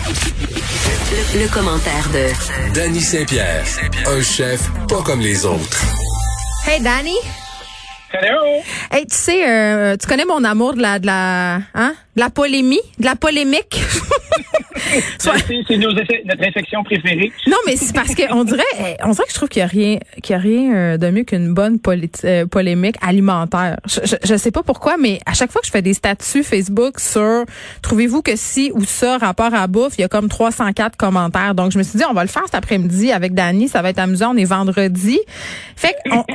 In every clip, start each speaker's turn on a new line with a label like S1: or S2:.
S1: Le commentaire de
S2: Danny Saint-Pierre, un chef pas comme les autres.
S3: Hey Danny.
S4: Hello.
S3: Hey, tu sais, tu connais mon amour de la polémique.
S4: C'est notre infection préférée.
S3: Non, mais c'est parce que on dirait que je trouve qu'il y a rien de mieux qu'une bonne polémique alimentaire. Je sais pas pourquoi, mais à chaque fois que je fais des statuts Facebook sur trouvez-vous que si ou ça rapport à la bouffe, il y a comme 304 commentaires. Donc je me suis dit on va le faire cet après-midi avec Danny, ça va être amusant, on est vendredi. Fait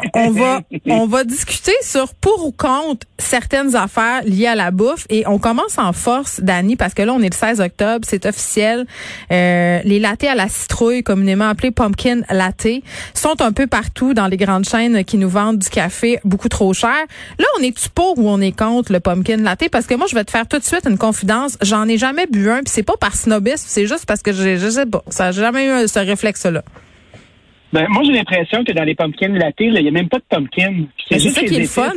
S3: on va discuter sur pour ou contre certaines affaires liées à la bouffe et on commence en force Danny parce que là on est le 16 octobre, c'est officiel. Les lattés à la citrouille, communément appelés pumpkin latte, sont un peu partout dans les grandes chaînes qui nous vendent du café beaucoup trop cher. Là, on est-tu pour ou on est contre le pumpkin latte? Parce que moi, je vais te faire tout de suite une confidence. J'en ai jamais bu un, puis c'est pas par snobisme, c'est juste parce que je sais pas. Ça n'a jamais eu ce réflexe-là.
S4: Ben, moi, j'ai l'impression que dans les pumpkin latte, il n'y a même pas de pumpkin.
S3: C'est ça qui est le fun.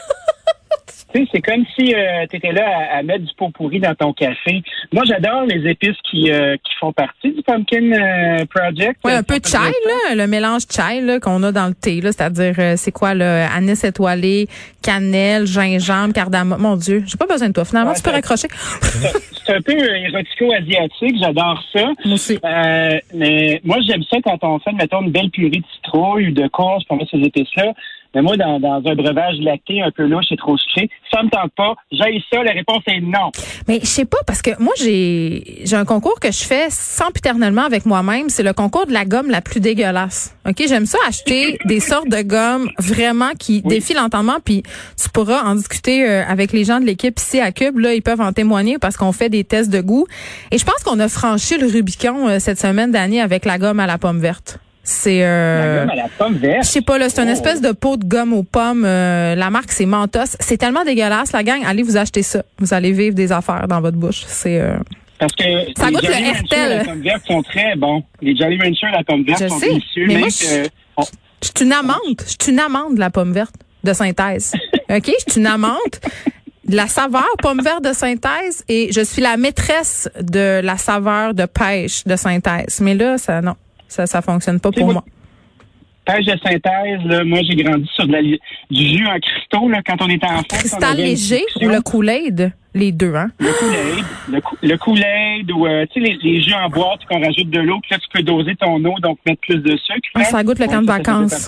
S4: C'est comme si tu étais là à mettre du pot pourri dans ton café. Moi, j'adore les épices qui font partie du Pumpkin Project.
S3: Oui, un peu de chai, là, le mélange chai là, qu'on a dans le thé, là, c'est-à-dire, c'est quoi, là, anis étoilé, cannelle, gingembre, cardamome. Mon Dieu, j'ai pas besoin de toi. Finalement, ouais, tu peux raccrocher.
S4: C'est un peu érotico-asiatique, j'adore ça.
S3: Moi aussi.
S4: Mais moi, j'aime ça quand on fait, mettons, une belle purée de citrouille ou de courge pour mettre ces épices-là. Mais moi, dans un breuvage lacté un peu louche et trop sucré, ça me tente pas. J'aille ça, la réponse est non.
S3: Mais je sais pas, parce que moi, j'ai un concours que je fais sempiternellement avec moi-même. C'est le concours de la gomme la plus dégueulasse. OK? J'aime ça acheter des sortes de gomme vraiment qui défient l'entendement, puis tu pourras en discuter avec les gens de l'équipe ici à Cube. Là, ils peuvent en témoigner parce qu'on fait des tests de goût. Et je pense qu'on a franchi le Rubicon cette semaine, Danny, avec la gomme à la pomme verte. C'est
S4: la gomme à la pomme verte.
S3: Je sais pas là, c'est une espèce de pot de gomme aux pommes. La marque c'est Mentos. C'est tellement dégueulasse la gang. Allez vous acheter ça. Vous allez vivre des affaires dans votre bouche. C'est
S4: parce que
S3: ça goûte le Hertel.
S4: Les pommes vertes sont très bons. Les Jolly Ranchers à la pomme verte sont délicieux.
S3: Mais moi, je suis une amande. Je suis une amande de la pomme verte de synthèse. OK, je suis une amande de la saveur pomme verte de synthèse et je suis la maîtresse de la saveur de pêche de synthèse. Mais là ça non. Ça fonctionne pas pour moi.
S4: Pêche de synthèse, là, moi j'ai grandi sur du jus en cristaux là, quand on était enfant.
S3: Cristal léger ou le Kool-Aid? Les deux, hein?
S4: Le Kool-Aid ou les jus en boîte qu'on rajoute de l'eau, puis là tu peux doser ton eau, donc mettre plus de sucre.
S3: Ah, ça goûte le camp de vacances.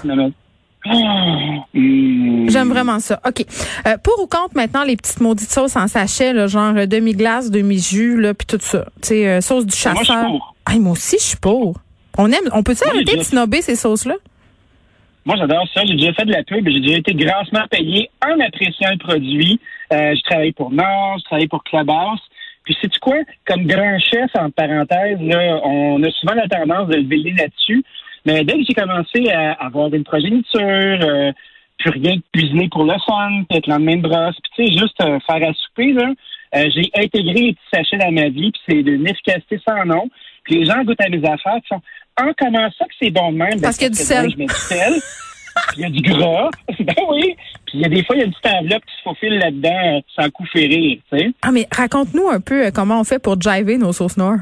S3: J'aime vraiment ça. OK. Pour ou contre maintenant les petites maudites sauces en sachet, là, genre demi-glace, demi-jus, là, puis tout ça. Tu sais, sauce du chasseur. Moi, je suis pour. Ah, moi aussi, je suis pour. On peut-tu arrêter de snobber ces sauces-là?
S4: Moi, j'adore ça. J'ai déjà fait de la pub. J'ai déjà été grassement payé en appréciant le produit. Je travaille pour Nord, je travaille pour Clubhouse. Puis, sais-tu quoi? Comme grand chef, en parenthèse, là, on a souvent la tendance de lever le nez là-dessus. Mais dès que j'ai commencé à avoir une progéniture, plus rien que cuisiner pour le fun, puis être le lendemain de brosse, puis tu sais, juste faire à souper, là, j'ai intégré les petits sachets dans ma vie, puis c'est d'une efficacité sans nom. Puis les gens goûtent à mes affaires, qui font comment ça que c'est bon de même?
S3: Parce qu'il y a du sel.
S4: Je mets du sel, puis il y a du gras. Ben oui. Puis il y a des fois, il y a une petite enveloppe qui se faufile là-dedans sans coup férir, tu sais.
S3: Ah, mais raconte-nous un peu comment on fait pour jiver nos sauces noires.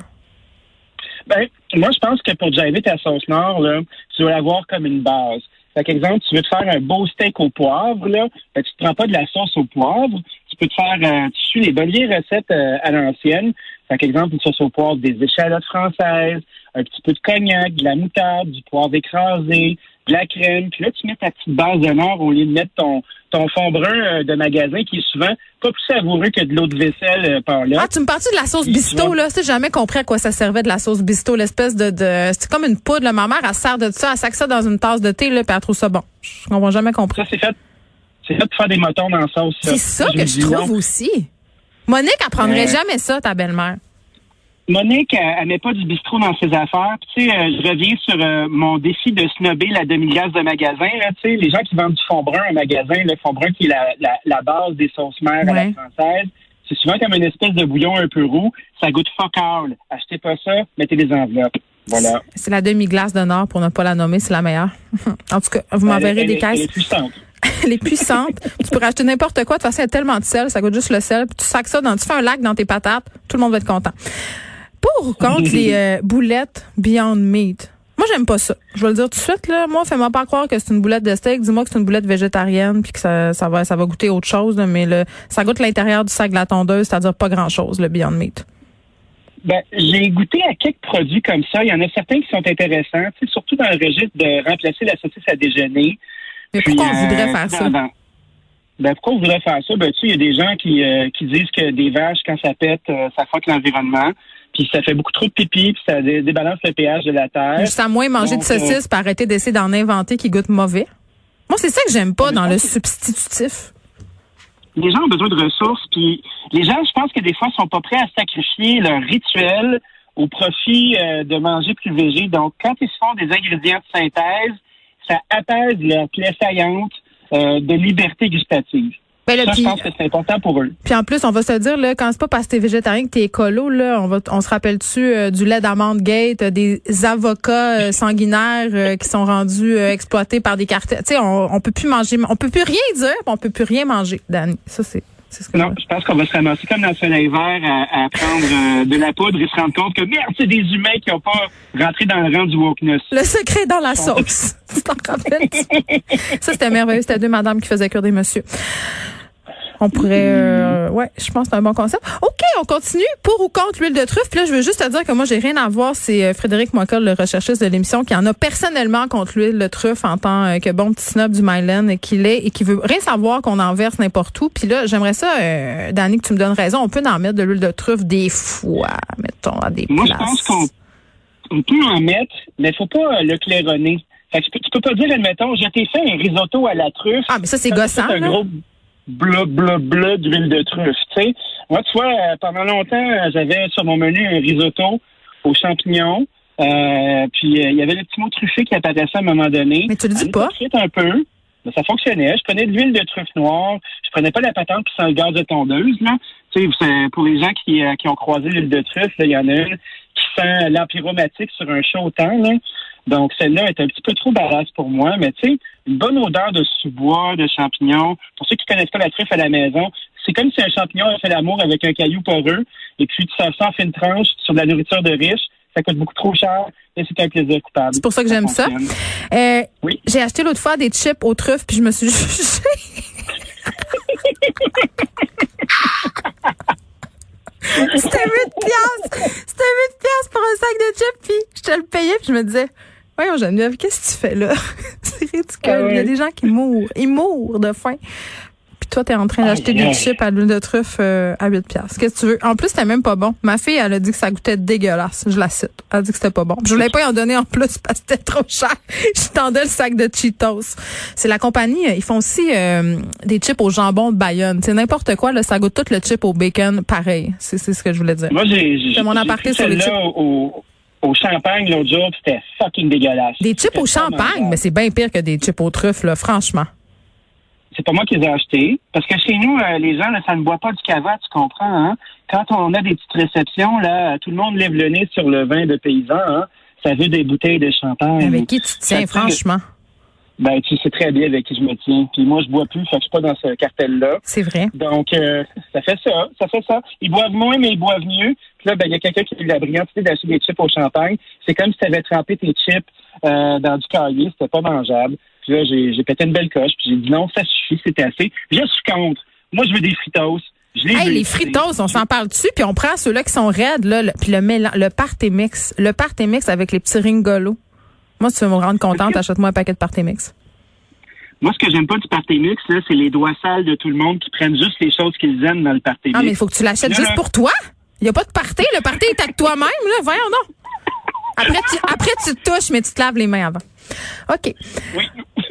S4: Ben, moi, je pense que pour jiver ta sauce noire, là, tu dois l'avoir comme une base. Fait qu'exemple, tu veux te faire un beau steak au poivre, là, ben, tu te prends pas de la sauce au poivre. Tu peux te faire, tu suis les bonnes vieilles recettes à l'ancienne. Fait qu'exemple, une sauce au poivre, des échalotes françaises, un petit peu de cognac, de la moutarde, du poivre écrasé, de la crème. Puis là, tu mets ta petite base de nord au lieu de mettre ton fond brun de magasin qui est souvent pas plus savoureux que de l'eau de vaisselle par là.
S3: Ah, tu me parles de la sauce bisto, là? J'ai jamais compris à quoi ça servait de la sauce bisto, l'espèce de c'est comme une poudre, là. Ma mère, elle sert de ça, elle sac ça dans une tasse de thé, là, puis elle trouve ça bon. Je comprends jamais compris.
S4: Ça, c'est fait pour faire des motons dans la sauce.
S3: C'est ça que je trouve aussi. Monique, elle prendrait jamais ça, ta belle-mère.
S4: Monique, elle met pas du bistrot dans ses affaires. Tu sais, je reviens sur mon défi de snobber la demi-glace de magasin. Là, tu sais, les gens qui vendent du fond brun en magasin, le fond brun qui est la base des sauces mères à la française, c'est souvent comme une espèce de bouillon un peu roux. Ça goûte fuck all. Achetez pas ça, mettez des enveloppes. Voilà.
S3: C'est la demi-glace de Nord, pour ne pas la nommer, c'est la meilleure. En tout cas, vous m'enverrez des caisses.
S4: Elle est puissante.
S3: Elle est puissante. Tu pourrais acheter n'importe quoi. De toute façon, il y a tellement de sel, ça goûte juste le sel. Puis tu sacs ça tu fais un lac dans tes patates, tout le monde va être content. Pour ou contre les boulettes Beyond Meat? Moi, j'aime pas ça. Je vais le dire tout de suite, là. Moi, fais-moi pas croire que c'est une boulette de steak. Dis-moi que c'est une boulette végétarienne puis que ça va goûter autre chose, là, mais ça goûte l'intérieur du sac de la tondeuse, c'est-à-dire pas grand-chose, le Beyond Meat.
S4: Ben, j'ai goûté à quelques produits comme ça. Il y en a certains qui sont intéressants, surtout dans le registre de remplacer la saucisse à déjeuner.
S3: Mais pourquoi on voudrait faire ça?
S4: Pourquoi on voudrait faire ça? Il y a des gens qui disent que des vaches, quand ça pète, ça fuck l'environnement. Puis ça fait beaucoup trop de pipi, puis ça débalance le pH de la terre.
S3: Juste à moins manger de saucisses, puis arrêter d'essayer d'en inventer qui goûtent mauvais. Moi, c'est ça que j'aime pas dans le substitutif.
S4: Les gens ont besoin de ressources, puis les gens, je pense que des fois, sont pas prêts à sacrifier leur rituel au profit de manger plus végé. Donc, quand ils se font des ingrédients de synthèse, ça apaise leur plaie saillante de liberté gustative.
S3: Ben là,
S4: je pense que c'est important pour eux.
S3: Puis en plus, on va se dire, là, quand c'est pas parce que t'es végétarien que t'es écolo, là, on se rappelle-tu du lait d'amande gate, des avocats sanguinaires qui sont rendus exploités par des cartels. Tu sais, on peut plus manger, on peut plus rien dire, on peut plus rien manger, Dani. Ça, c'est ce que
S4: je pense qu'on va se ramasser comme dans le soleil vert à prendre de la poudre et se rendre compte que merde, c'est des humains qui n'ont pas rentré dans le rang du wokeness.
S3: Le secret dans la sauce. Tu t'en rappelles? Ça, c'était merveilleux. C'était deux madames qui faisaient cuire des messieurs. On pourrait, je pense que c'est un bon concept. OK, on continue. Pour ou contre l'huile de truffe? Puis là, je veux juste te dire que moi, j'ai rien à voir. C'est Frédéric Moncol, le recherchiste de l'émission, qui en a personnellement contre l'huile de truffe en tant que bon petit snob du Myland qu'il est et qui veut rien savoir qu'on en verse n'importe où. Puis là, j'aimerais ça, Dani, que tu me donnes raison. On peut en mettre de l'huile de truffe des fois, mettons, à des places.
S4: Moi, je pense qu'on peut en mettre, mais il faut pas le claironner. Fait que tu peux pas dire, admettons, je t'ai fait un risotto à la truffe.
S3: Ah, mais ça, c'est gossant, là.
S4: Gros bleu d'huile de truffe, tu sais. Moi, tu vois, pendant longtemps, j'avais sur mon menu un risotto aux champignons. Puis il y avait le petit mot truffé qui apparaissait à un moment donné.
S3: Mais tu le dis pas.
S4: Un peu. Mais ça fonctionnait. Je prenais de l'huile de truffe noire. Je prenais pas la patente qui sent le gaz de tondeuse, là. Tu sais, pour les gens qui ont croisé l'huile de truffe, il y en a une qui sent l'empyromatique sur un chaud temps, là. Donc, celle-là est un petit peu trop badass pour moi, mais tu sais, une bonne odeur de sous-bois, de champignons. Pour ceux qui connaissent pas la truffe à la maison, c'est comme si un champignon a fait l'amour avec un caillou poreux, et puis tu sors ça en fine tranche sur de la nourriture de riche. Ça coûte beaucoup trop cher, et c'est un plaisir coupable.
S3: C'est pour ça que j'aime ça. Oui. J'ai acheté l'autre fois des chips aux truffes, puis je me suis jugée. C'était 8 piastres. C'était 8 piastres pour un sac de chips, puis je te le payais, puis je me disais, voyons Geneviève, qu'est-ce que tu fais là? C'est ridicule. Ah oui. Il y a des gens qui mourent. Ils mourent de faim. Puis toi, t'es en train d'acheter des chips à l'huile de truffe à 8 piastres. Qu'est-ce que tu veux? En plus, c'était même pas bon. Ma fille, elle a dit que ça goûtait dégueulasse. Je la cite. Elle a dit que c'était pas bon. Je voulais pas y en donner en plus parce que c'était trop cher. Je tendais le sac de Cheetos. C'est la compagnie, ils font aussi des chips au jambon de Bayonne. C'est n'importe quoi, là, ça goûte tout le chip au bacon pareil. C'est ce que je voulais dire.
S4: Moi, j'ai
S3: mon aparté sur les chips.
S4: Au champagne l'autre jour, c'était fucking dégueulasse.
S3: Des chips au champagne, mais c'est bien pire que des chips aux truffes, là, franchement.
S4: C'est pas moi qui les ai achetés. Parce que chez nous, les gens, là, ça ne boit pas du cava, tu comprends, hein? Quand on a des petites réceptions, là, tout le monde lève le nez sur le vin de paysan, hein? Ça veut des bouteilles de champagne.
S3: Avec qui tu te tiens, franchement?
S4: Ben, tu sais très bien avec qui je me tiens. Puis moi, je bois plus, fait que je suis pas dans ce cartel-là.
S3: C'est vrai.
S4: Donc, ça fait ça. Ils boivent moins, mais ils boivent mieux. Puis là, ben, il y a quelqu'un qui a eu la brillante idée d'acheter des chips au champagne. C'est comme si tu avais trempé tes chips dans du cahier. C'était pas mangeable. Puis là, j'ai pété une belle coche. Puis j'ai dit non, ça suffit, c'était assez. Je suis contre. Moi, je veux des fritos.
S3: Les fritos, on s'en parle dessus, puis on prend ceux-là qui sont raides, là, puis le party mix. Le party mix avec les petits ringolos. Moi, si tu veux me rendre contente, achète-moi un paquet de party mix.
S4: Moi, ce que j'aime pas du party mix, là, c'est les doigts sales de tout le monde qui prennent juste les choses qu'ils aiment dans le party mix.
S3: Ah, mais il faut que tu l'achètes juste pour toi. Il n'y a pas de party. Le party est avec toi-même, là. Voyons donc. Après, tu te touches, mais tu te laves les mains avant. OK.
S4: Oui.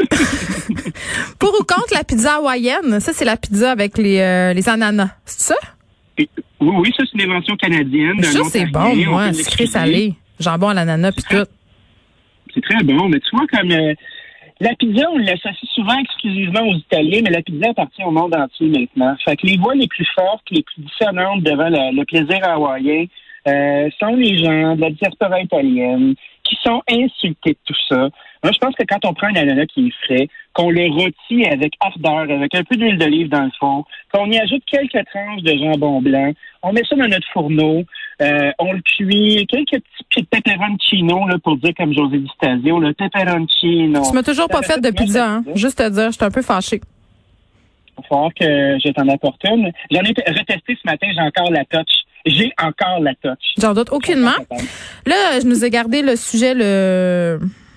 S3: Pour ou contre la pizza hawaïenne? Ça, c'est la pizza avec les ananas. C'est ça?
S4: Oui, ça, c'est une invention canadienne.
S3: Ça, c'est bon, moi. Sucré salé. Jambon à l'ananas, puis tout.
S4: C'est très bon. Mais tu vois, comme la pizza, on l'associe souvent exclusivement aux Italiens, mais la pizza appartient au monde entier maintenant. Fait que les voix les plus fortes, les plus dissonantes devant le plaisir hawaïen sont les gens de la diaspora italienne qui sont insultés de tout ça. Moi, je pense que quand on prend un ananas qui est frais, qu'on le rôtit avec ardeur, avec un peu d'huile d'olive dans le fond, qu'on y ajoute quelques tranches de jambon blanc, on met ça dans notre fourneau, On le cuit. Quelques petits pieds de pepperoncino, là, pour dire comme José Di Stasio, le pepperoncino.
S3: Tu m'as toujours pas fait de pizza, hein? Juste te dire, je suis un peu fâchée.
S4: Il va falloir que je t'en apporte une. J'en ai retesté ce matin, j'ai encore la touch.
S3: J'en doute aucunement. Là, je nous ai gardé le sujet le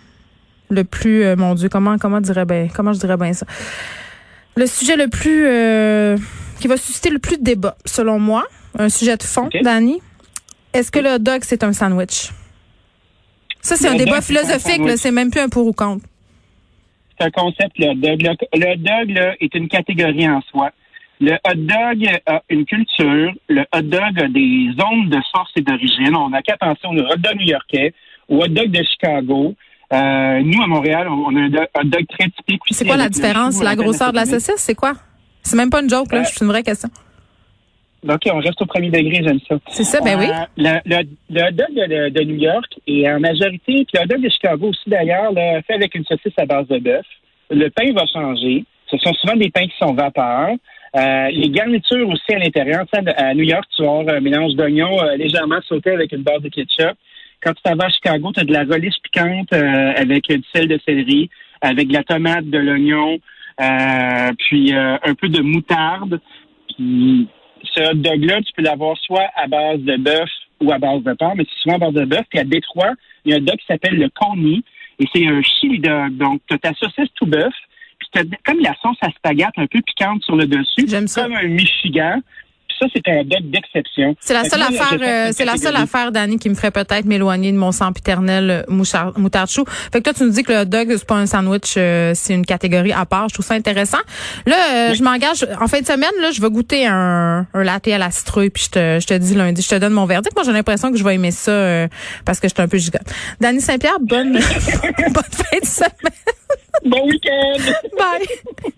S3: plus, mon Dieu, comment je dirais bien ça? Le sujet le plus, qui va susciter le plus de débat, selon moi. Un sujet de fond, okay. Dani. Est-ce que le hot dog, c'est un sandwich? Ça, c'est un débat philosophique, là, c'est même plus un pour ou contre.
S4: C'est un concept, le hot dog. Le hot dog, là, est une catégorie en soi. Le hot dog a une culture. Le hot dog a des zones de source et d'origine. On n'a qu'à penser au hot dog new-yorkais, au hot dog de Chicago. Nous, à Montréal, on a un hot dog très typique.
S3: C'est quoi la différence? La grosseur de la saucisse, c'est quoi? C'est même pas une joke, là. C'est une vraie question.
S4: OK, on reste au premier degré, j'aime ça.
S3: C'est ça, ben oui.
S4: Le hot dog de New York est en majorité, puis le hot dog de Chicago aussi, d'ailleurs, là, fait avec une saucisse à base de bœuf. Le pain va changer. Ce sont souvent des pains qui sont vapeur. Les garnitures aussi à l'intérieur. À New York, tu vas avoir un mélange d'oignons légèrement sauté avec une base de ketchup. Quand tu t'en vas à Chicago, tu as de la relish piquante avec du sel de céleri, avec de la tomate, de l'oignon, puis un peu de moutarde. Puis ce hot dog-là, tu peux l'avoir soit à base de bœuf ou à base de porc, mais c'est souvent à base de bœuf. Puis à Détroit, il y a un dog qui s'appelle le coney, et c'est un chili dog. Donc, tu as ta saucisse tout bœuf, puis tu as comme la sauce à spaghette un peu piquante sur le dessus.
S3: J'aime ça.
S4: Comme un Michigan. Ça, c'est un dog d'exception.
S3: C'est la seule affaire, Dani, qui me ferait peut-être m'éloigner de mon sempiternel moutarde chou. Fait que toi, tu nous dis que le hot dog, c'est pas un sandwich, c'est une catégorie à part. Je trouve ça intéressant. Là, je m'engage. En fin de semaine, là, je vais goûter un latte à la citrouille, puis je te dis lundi, je te donne mon verdict. Moi, j'ai l'impression que je vais aimer ça parce que je suis un peu gigotte. Dani Saint-Pierre, bonne fin de semaine.
S4: Bon week-end!
S3: Bye!